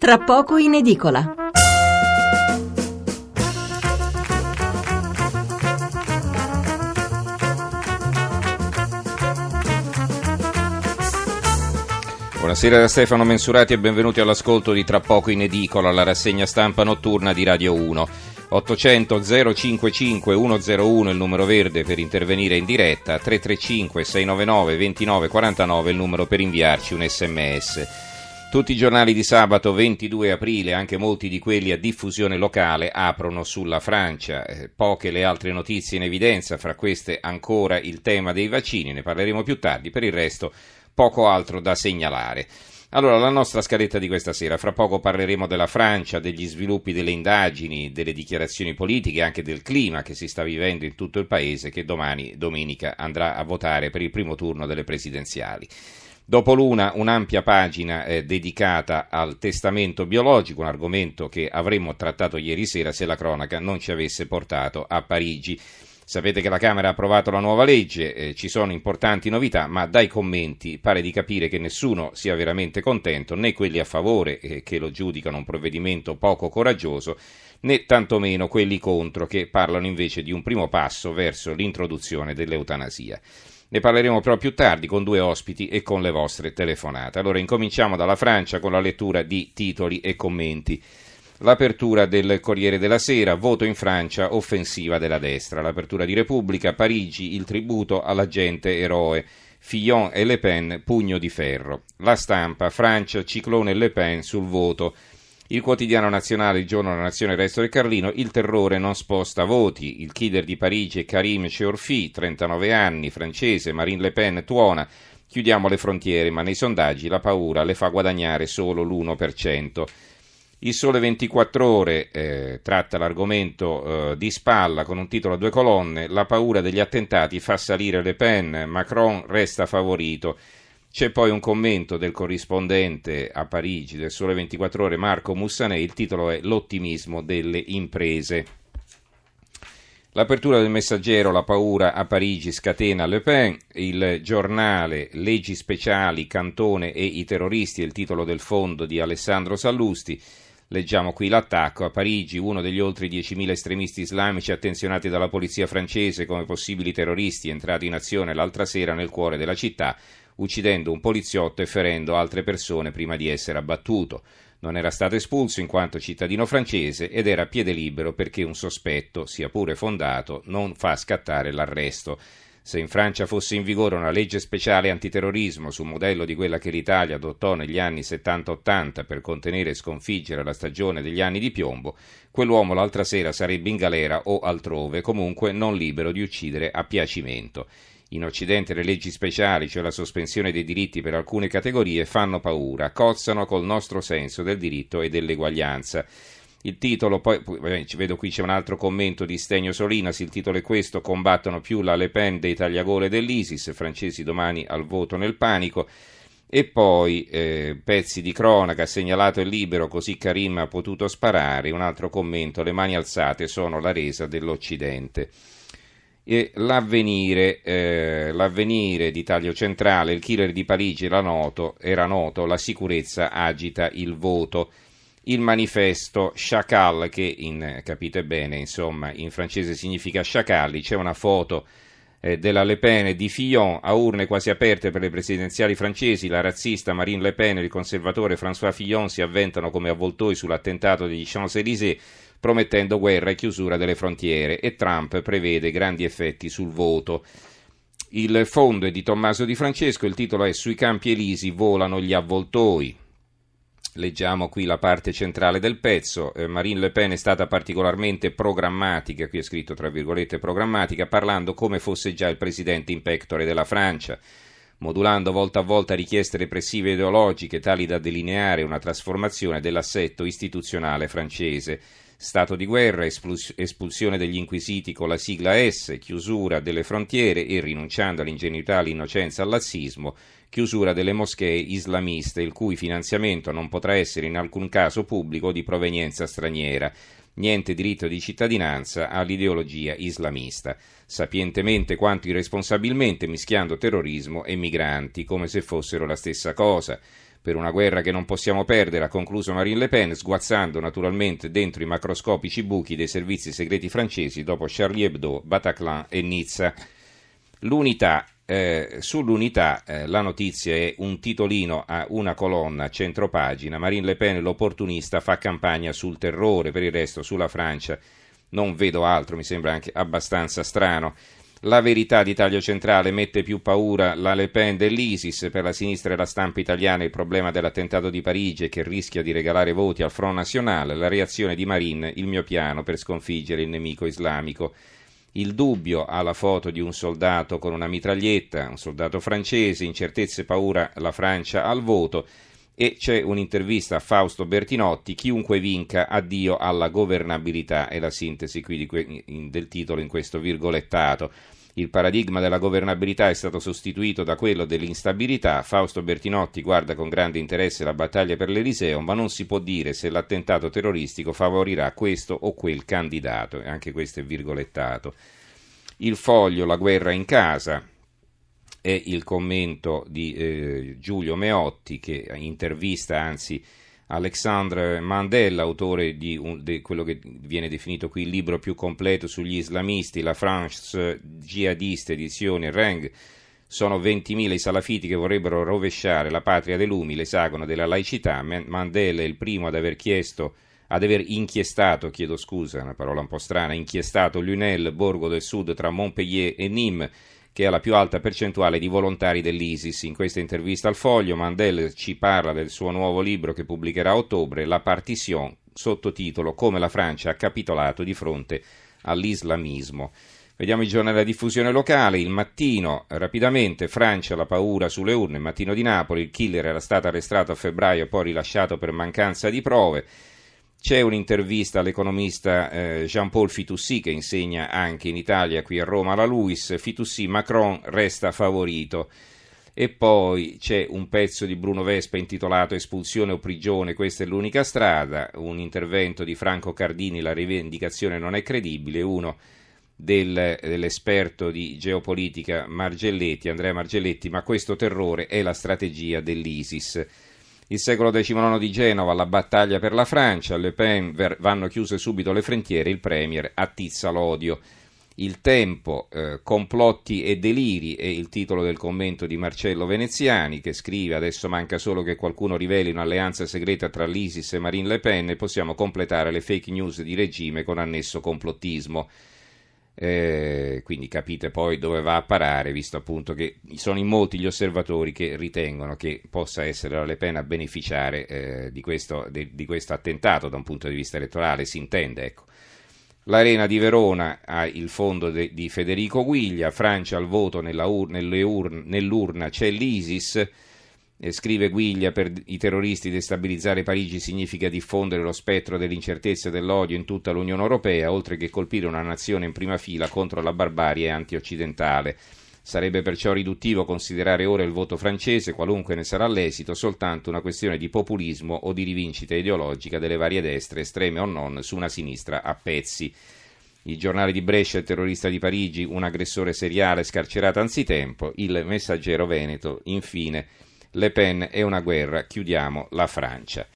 tra poco in edicola. Buonasera da Stefano Mensurati e benvenuti all'ascolto di Tra poco in edicola, la rassegna stampa notturna di Radio 1. 800 055 101 il numero verde per intervenire in diretta, 335 699 2949 il numero per inviarci un sms. Tutti i giornali di sabato 22 aprile, anche molti di quelli a diffusione locale, aprono sulla Francia. Poche le altre notizie in evidenza, fra queste ancora il tema dei vaccini, ne parleremo più tardi, per il resto poco altro da segnalare. Allora, la nostra scaletta di questa sera, fra poco parleremo della Francia, degli sviluppi delle indagini, delle dichiarazioni politiche, anche del clima che si sta vivendo in tutto il paese, che domani, domenica, andrà a votare per il primo turno delle presidenziali. Dopo l'una, un'ampia pagina dedicata al testamento biologico, un argomento che avremmo trattato ieri sera se la cronaca non ci avesse portato a Parigi. Sapete che la Camera ha approvato la nuova legge, ci sono importanti novità, ma dai commenti pare di capire che nessuno sia veramente contento, né quelli a favore che lo giudicano un provvedimento poco coraggioso, né tantomeno quelli contro che parlano invece di un primo passo verso l'introduzione dell'eutanasia. Ne parleremo però più tardi con due ospiti e con le vostre telefonate. Allora incominciamo dalla Francia con la lettura di titoli e commenti. L'apertura del Corriere della Sera, voto in Francia, offensiva della destra. L'apertura di Repubblica, Parigi, il tributo all'agente eroe. Fillon e Le Pen, pugno di ferro. La Stampa, Francia, Ciclone e Le Pen sul voto. Il Quotidiano Nazionale, Il Giorno della Nazione, il Resto del Carlino, il terrore non sposta voti. Il killer di Parigi è Karim Cheorfi, 39 anni, francese, Marine Le Pen tuona. Chiudiamo le frontiere, ma nei sondaggi la paura le fa guadagnare solo l'1%. Il Sole 24 Ore tratta l'argomento di spalla con un titolo a due colonne, la paura degli attentati fa salire Le Pen, Macron resta favorito. C'è poi un commento del corrispondente a Parigi del Sole 24 Ore Marco Mussanè, il titolo è l'ottimismo delle imprese. L'apertura del Messaggero, la paura a Parigi scatena Le Pen, il Giornale, leggi speciali, Cantone e i terroristi, è il titolo del fondo di Alessandro Sallusti. Leggiamo qui l'attacco a Parigi, uno degli oltre 10.000 estremisti islamici attenzionati dalla polizia francese come possibili terroristi entrati in azione l'altra sera nel cuore della città, uccidendo un poliziotto e ferendo altre persone prima di essere abbattuto. Non era stato espulso in quanto cittadino francese ed era a piede libero perché un sospetto, sia pure fondato, non fa scattare l'arresto. Se in Francia fosse in vigore una legge speciale antiterrorismo sul modello di quella che l'Italia adottò negli anni 70-80 per contenere e sconfiggere la stagione degli anni di piombo, quell'uomo l'altra sera sarebbe in galera o altrove, comunque non libero di uccidere a piacimento. In Occidente le leggi speciali, cioè la sospensione dei diritti per alcune categorie, fanno paura, cozzano col nostro senso del diritto e dell'eguaglianza. Il titolo, poi vedo qui c'è un altro commento di Stegno Solinas, il titolo è questo, combattono più la Le Pen dei tagliagole dell'ISIS, francesi domani al voto nel panico, e poi pezzi di cronaca, segnalato il Libero, così Karim ha potuto sparare, un altro commento, le mani alzate sono la resa dell'Occidente. E l'avvenire di taglio centrale, il killer di Parigi era noto, la sicurezza agita il voto. Il manifesto Chacal, che capite bene, insomma, in francese significa sciacalli, c'è una foto della Le Pen e di Fillon a urne quasi aperte per le presidenziali francesi, la razzista Marine Le Pen e il conservatore François Fillon si avventano come avvoltoi sull'attentato degli Champs-Élysées, promettendo guerra e chiusura delle frontiere, e Trump prevede grandi effetti sul voto. Il fondo è di Tommaso Di Francesco, il titolo è Sui campi elisi volano gli avvoltoi. Leggiamo qui la parte centrale del pezzo. Marine Le Pen è stata particolarmente programmatica, qui è scritto tra virgolette programmatica, parlando come fosse già il presidente in pectore della Francia, modulando volta a volta richieste repressive ideologiche tali da delineare una trasformazione dell'assetto istituzionale francese. Stato di guerra, espulsione degli inquisiti con la sigla S, chiusura delle frontiere e, rinunciando all'ingenuità, all'innocenza, al lassismo, chiusura delle moschee islamiste, il cui finanziamento non potrà essere in alcun caso pubblico o di provenienza straniera. Niente diritto di cittadinanza all'ideologia islamista. Sapientemente quanto irresponsabilmente mischiando terrorismo e migranti, come se fossero la stessa cosa. per una guerra che non possiamo perdere, ha concluso Marine Le Pen, sguazzando naturalmente dentro i macroscopici buchi dei servizi segreti francesi dopo Charlie Hebdo, Bataclan e Nizza. Sull'unità la notizia è un titolino a una colonna a centropagina: Marine Le Pen, l'opportunista, fa campagna sul terrore. Per il resto sulla Francia non vedo altro, mi sembra anche abbastanza strano. La Verità di taglio centrale mette più paura la Le Pen dell'ISIS. Per la sinistra e la stampa italiana il problema dell'attentato di Parigi è che rischia di regalare voti al Front National. La reazione di Marine: il mio piano per sconfiggere il nemico islamico. Il Dubbio ha la foto di un soldato con una mitraglietta, un soldato francese, incertezze e paura, la Francia al voto, e c'è un'intervista a Fausto Bertinotti: chiunque vinca, addio alla governabilità, è la sintesi qui del titolo in questo virgolettato. Il paradigma della governabilità è stato sostituito da quello dell'instabilità. Fausto Bertinotti guarda con grande interesse la battaglia per l'Eliseo, ma non si può dire se l'attentato terroristico favorirà questo o quel candidato. Anche questo è virgolettato. Il Foglio, la guerra in casa, è il commento di Giulio Meotti, che intervista anzi Alexandre Mandel, autore di quello che viene definito qui il libro più completo sugli islamisti, La France jihadiste, edizione Reng. Sono 20.000 i salafiti che vorrebbero rovesciare la patria dei lumi, l'esagono della laicità. Mandel è il primo ad aver inchiestato, una parola un po' strana, inchiestato l'UNEL, borgo del sud tra Montpellier e Nîmes, che ha la più alta percentuale di volontari dell'ISIS. In questa intervista al Foglio, Mandel ci parla del suo nuovo libro che pubblicherà a ottobre, La Partition, sottotitolo Come la Francia ha capitolato di fronte all'islamismo. Vediamo i giornali della diffusione locale. Il Mattino, rapidamente: Francia, la paura sulle urne. Il Mattino di Napoli: il killer era stato arrestato a febbraio e poi rilasciato per mancanza di prove. C'è un'intervista all'economista Jean-Paul Fitoussi, che insegna anche in Italia, qui a Roma, alla LUISS. Fitoussi: Macron resta favorito. E poi c'è un pezzo di Bruno Vespa intitolato Espulsione o prigione, questa è l'unica strada. Un intervento di Franco Cardini, La rivendicazione non è credibile. Uno dell'esperto di geopolitica Andrea Margelletti: ma questo terrore è la strategia dell'ISIS. Il Secolo XIX di Genova, la battaglia per la Francia. Le Pen: vanno chiuse subito le frontiere, il Premier attizza l'odio. Il Tempo, complotti e deliri, è il titolo del commento di Marcello Veneziani, che scrive: adesso manca solo che qualcuno riveli un'alleanza segreta tra l'ISIS e Marine Le Pen e possiamo completare le fake news di regime con annesso complottismo. Quindi capite poi dove va a parare, visto appunto che sono in molti gli osservatori che ritengono che possa essere la Le Pen a beneficiare di questo attentato da un punto di vista elettorale, si intende, ecco. L'Arena di Verona ha il fondo di Federico Guiglia. Francia al voto, nell'urna c'è l'ISIS. Scrive Guiglia: per i terroristi destabilizzare Parigi significa diffondere lo spettro dell'incertezza e dell'odio in tutta l'Unione Europea, oltre che colpire una nazione in prima fila contro la barbarie antioccidentale. Sarebbe perciò riduttivo considerare ora il voto francese, qualunque ne sarà l'esito, soltanto una questione di populismo o di rivincita ideologica delle varie destre, estreme o non, su una sinistra a pezzi. Il Giornale di Brescia: il terrorista di Parigi, un aggressore seriale scarcerato anzitempo. Il Messaggero Veneto, infine: Le Pen è una guerra, chiudiamo la Francia.